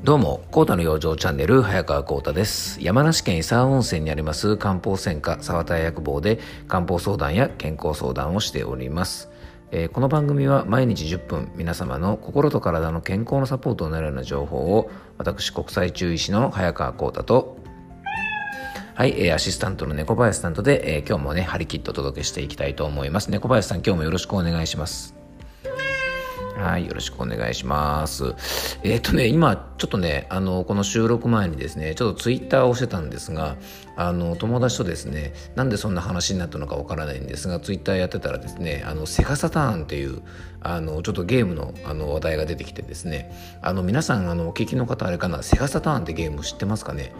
どうも、コータの養生チャンネル、早川コータです。山梨県伊佐温泉にあります漢方専科沢田屋薬房で漢方相談や健康相談をしております。この番組は毎日10分、皆様の心と体の健康のサポートになるような情報を、私、国際中医師の早川コータと、はい、アシスタントの猫林さんとで、今日もね、張り切ってお届けしていきたいと思います。猫林さん、今日もよろしくお願いします。はい、よろしくお願いします。今、ちょっとね、この収録前にですね、ちょっとツイッターをしてたんですが、友達とですね、なんでそんな話になったのかわからないんですが、ツイッターやってたらですね、セガサターンっていう、ちょっとゲームの、話題が出てきてですね、皆さん、お聞きの方あれかな、セガサターンってゲーム知ってますかね？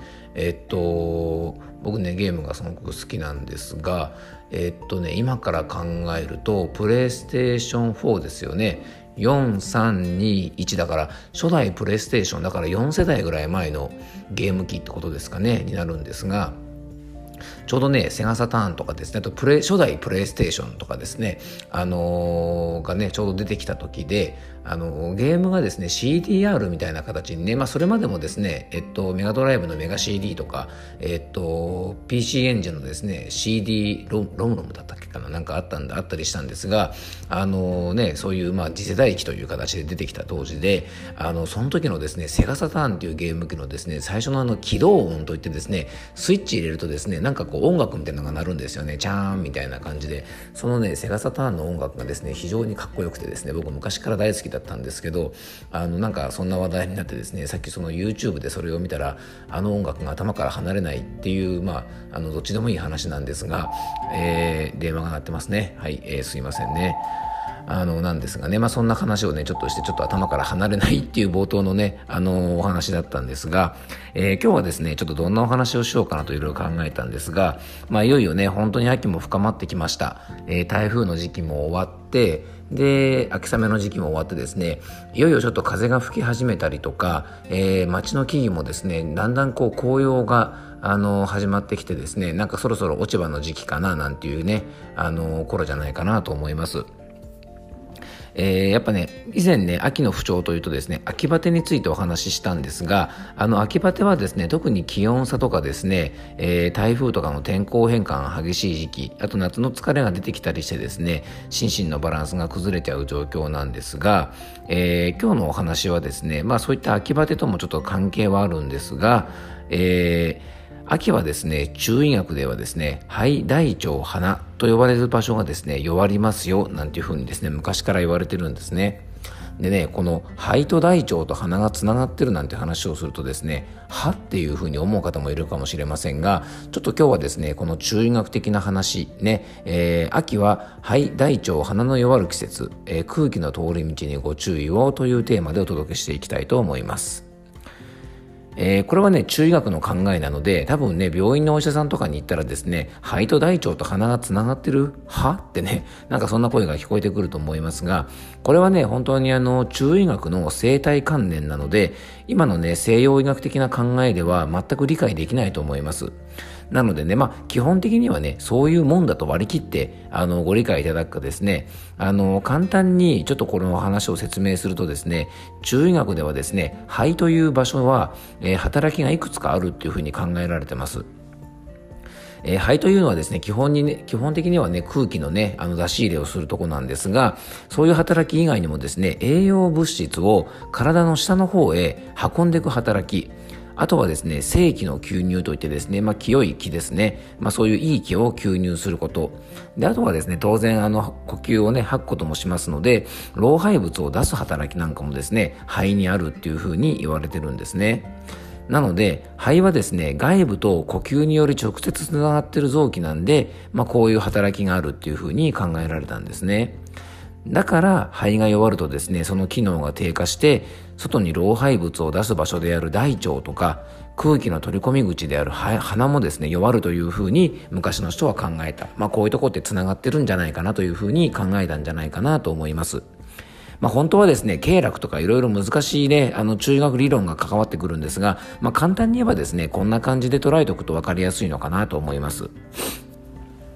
僕ね、ゲームがすごく好きなんですが、今から考えると、プレイステーション4ですよね。4321だから初代プレイステーションだから4世代ぐらい前のゲーム機ってことですかねになるんですが、ちょうどねセガサターンとかですね、あと初代プレイステーションとかですね、がねちょうど出てきた時で、ゲームがですね CDR みたいな形にね、それまでもですね、メガドライブのメガ CD とか、PC エンジンのですね CD ロムだったっけかな、なんかあったりしたんですが、そういう次世代機という形で出てきた当時で、その時のですねセガサターンというゲーム機のですね最初の起動音といってですね、スイッチ入れるとですね、なんかこう音楽みたいなのが鳴るんですよね。チャーンみたいな感じで、そのねセガサターンの音楽がですね非常にかっこよくてですね、僕昔から大好きだったんですけど、なんかそんな話題になってですね、さっきその YouTube でそれを見たら、音楽が頭から離れないっていう、どっちでもいい話なんですが、電話が鳴ってますね。はい、すいませんね。なんですがね、そんな話をねちょっとして、ちょっと頭から離れないっていう冒頭のねお話だったんですが、今日はですねちょっとどんなお話をしようかなといろいろ考えたんですが、いよいよね本当に秋も深まってきました。台風の時期も終わって、で秋雨の時期も終わってですね、いよいよちょっと風が吹き始めたりとか、街の木々もですねだんだんこう紅葉が始まってきてですね、なんかそろそろ落ち葉の時期かななんていうね頃じゃないかなと思います。やっぱね以前ね秋の不調というとですね、秋バテについてお話ししたんですが、秋バテはですね特に気温差とかですね、台風とかの天候変化が激しい時期、あと夏の疲れが出てきたりしてですね、心身のバランスが崩れちゃう状況なんですが、今日のお話はですね、そういった秋バテともちょっと関係はあるんですが、秋はですね、中医学ではですね、肺、大腸、鼻と呼ばれる場所がですね、弱りますよ、なんていうふうにですね、昔から言われてるんですね。でね、この肺と大腸と鼻がつながってるなんて話をするとですね、はっていうふうに思う方もいるかもしれませんが、ちょっと今日はですね、この中医学的な話ね、秋は肺、大腸、鼻の弱る季節、空気の通り道にご注意をというテーマでお届けしていきたいと思います。これはね中医学の考えなので、多分ね病院のお医者さんとかに行ったらですね、肺と大腸と鼻がつながってるはってね、なんかそんな声が聞こえてくると思いますが、これはね本当に中医学の生態観念なので、今のね西洋医学的な考えでは全く理解できないと思います。なのでね、基本的にはねそういうもんだと割り切ってご理解いただくかですね、簡単にちょっとこの話を説明するとですね、中医学ではですね肺という場所は、働きがいくつかあるっていうふうに考えられてます。肺というのはですね基本的にはね空気のね出し入れをするとこなんですが、そういう働き以外にもですね栄養物質を体の下の方へ運んでいく働き、あとはですね精気の吸入といってですね、清い気ですね、そういういい気を吸入することで、あとはですね当然呼吸をね吐くこともしますので、老廃物を出す働きなんかもですね肺にあるっていうふうに言われてるんですね。なので肺はですね外部と呼吸により直接つながっている臓器なんで、こういう働きがあるっていうふうに考えられたんですね。だから肺が弱るとですね、その機能が低下して外に老廃物を出す場所である大腸とか空気の取り込み口である鼻もですね弱るというふうに昔の人は考えた。こういうとこってつながってるんじゃないかなというふうに考えたんじゃないかなと思います。本当はですね経絡とかいろいろ難しいね中医学理論が関わってくるんですが、簡単に言えばですねこんな感じで捉えておくと分かりやすいのかなと思います。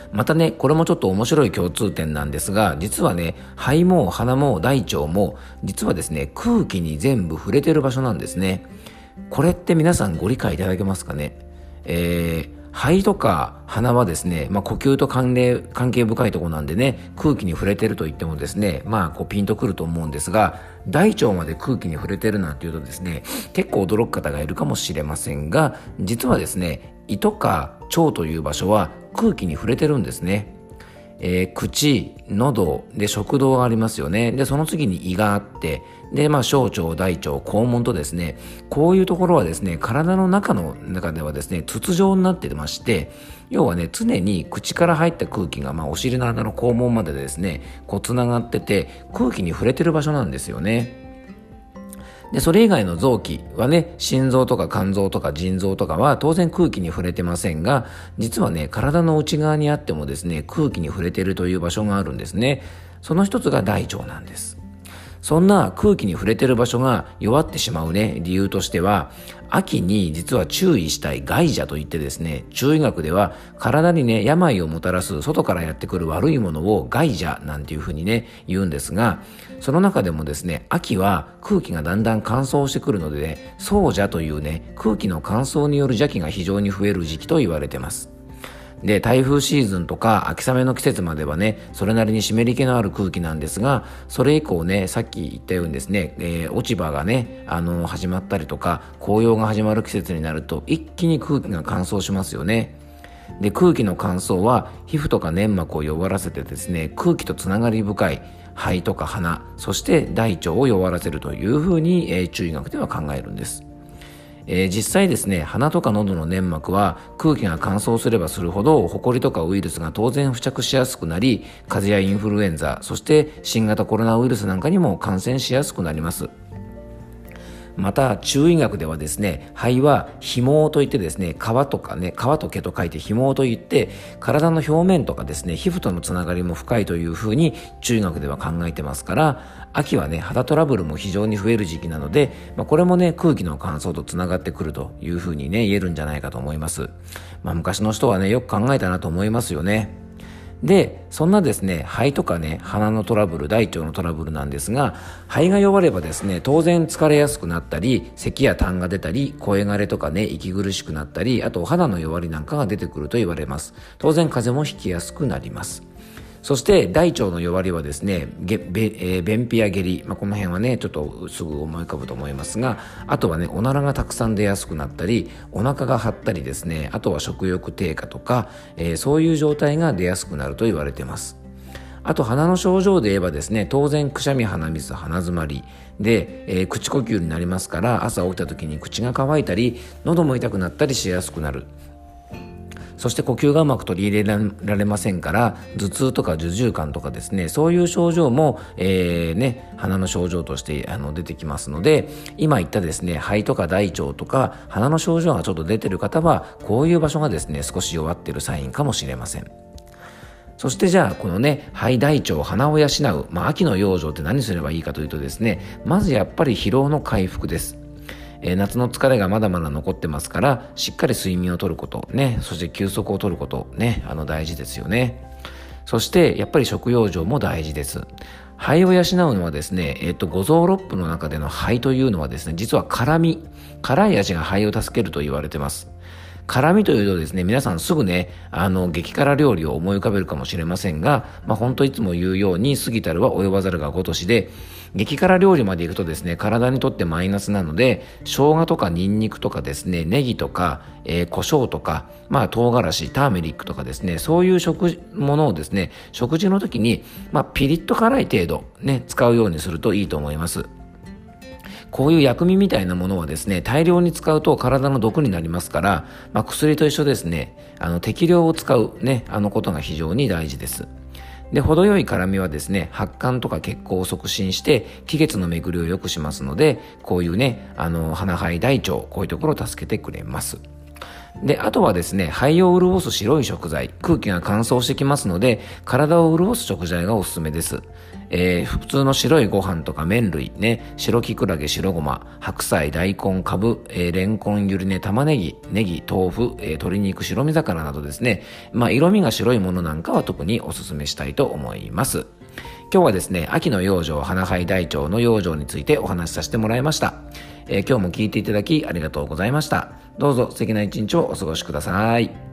またね、これもちょっと面白い共通点なんですが、実はね、肺も鼻も大腸も、実はですね、空気に全部触れてる場所なんですね。これって皆さんご理解いただけますかね。肺とか鼻はですね、呼吸と関係深いところなんでね、空気に触れてると言ってもですね、ピンとくると思うんですが、大腸まで空気に触れてるなんていうとですね、結構驚く方がいるかもしれませんが、実はですね、胃とか腸という場所は空気に触れてるんですね。口、喉で食道がありますよね。でその次に胃があって、で小腸、大腸、肛門とですね、こういうところはですね、体の中ではですね、筒状になってまして、要はね、常に口から入った空気がお尻の間の肛門までですね、つながってて、空気に触れてる場所なんですよね。でそれ以外の臓器はね、心臓とか肝臓とか腎臓とかは当然空気に触れてませんが、実はね、体の内側にあってもですね、空気に触れているという場所があるんですね。その一つが大腸なんです。そんな空気に触れている場所が弱ってしまうね、理由としては、秋に実は注意したい害邪といってですね、中医学では体にね、病をもたらす外からやってくる悪いものを害邪なんていうふうにね、言うんですが、その中でもですね、秋は空気がだんだん乾燥してくるのでね、燥邪というね、空気の乾燥による邪気が非常に増える時期と言われてます。で台風シーズンとか秋雨の季節まではね、それなりに湿り気のある空気なんですが、それ以降ね、さっき言ったようにですね、落ち葉がね始まったりとか、紅葉が始まる季節になると一気に空気が乾燥しますよね。で空気の乾燥は皮膚とか粘膜を弱らせてですね、空気とつながり深い肺とか鼻、そして大腸を弱らせるというふうに、中医学では考えるんです。実際ですね、鼻とか喉の粘膜は空気が乾燥すればするほどホコリとかウイルスが当然付着しやすくなり、風邪やインフルエンザ、そして新型コロナウイルスなんかにも感染しやすくなります。また中医学ではですね、肺は皮毛といってですね、皮と毛と書いて皮毛といって、体の表面とかですね、皮膚とのつながりも深いというふうに中医学では考えてますから、秋はね、肌トラブルも非常に増える時期なので、これもね、空気の乾燥とつながってくるというふうにね、言えるんじゃないかと思います。昔の人はね、よく考えたなと思いますよね。でそんなですね、肺とかね、鼻のトラブル、大腸のトラブルなんですが、肺が弱ればですね、当然疲れやすくなったり、咳や痰が出たり、声枯れとかね、息苦しくなったり、あとお肌の弱りなんかが出てくると言われます。当然風邪もひきやすくなります。そして大腸の弱りはですね、便秘や下痢、この辺はねちょっとすぐ思い浮かぶと思いますが、あとはね、おならがたくさん出やすくなったり、お腹が張ったりですね、あとは食欲低下とか、そういう状態が出やすくなると言われています。あと鼻の症状で言えばですね、当然くしゃみ、鼻水、鼻詰まりで、口呼吸になりますから、朝起きた時に口が乾いたり、喉も痛くなったりしやすくなる。そして呼吸がうまく取り入れられませんから、頭痛とか受重感とかですね、そういう症状も、鼻の症状として出てきますので、今言ったですね、肺とか大腸とか鼻の症状がちょっと出てる方は、こういう場所がですね、少し弱っているサインかもしれません。そしてじゃあこのね、肺大腸鼻を養う、秋の養生って何すればいいかというとですね、まずやっぱり疲労の回復です。夏の疲れがまだまだ残ってますから、しっかり睡眠をとることね、そして休息をとることね、大事ですよね。そしてやっぱり食養生も大事です。肺を養うのはですね、五臓六腑の中での肺というのはですね、実は辛い味が肺を助けると言われてます。辛味というとですね、皆さんすぐね、激辛料理を思い浮かべるかもしれませんが、本当いつも言うように、過ぎたるは及ばざるが如しで、激辛料理までいくとですね、体にとってマイナスなので、生姜とかニンニクとかですね、ネギとか、胡椒とか、唐辛子、ターメリックとかですね、そういうものをですね、食事の時に、ピリッと辛い程度ね、使うようにするといいと思います。こういう薬味みたいなものはですね、大量に使うと体の毒になりますから、薬と一緒ですね、適量を使うね、ことが非常に大事です。で、程よい辛みはですね、発汗とか血行を促進して気血の巡りを良くしますので、こういうね、鼻肺大腸、こういうところを助けてくれます。 で、あとはですね、肺を潤す白い食材、空気が乾燥してきますので、体を潤す食材がおすすめです。普通の白いご飯とか麺類ね、白きくらげ、白ごま、白菜、大根、かぶ、レンコン、ゆり根、玉ねぎ、ネギ、豆腐、鶏肉、白身魚などですね、色味が白いものなんかは特におすすめしたいと思います。今日はですね、秋の養生、花灰大腸の養生についてお話しさせてもらいました。今日も聞いていただきありがとうございました。どうぞ素敵な一日をお過ごしください。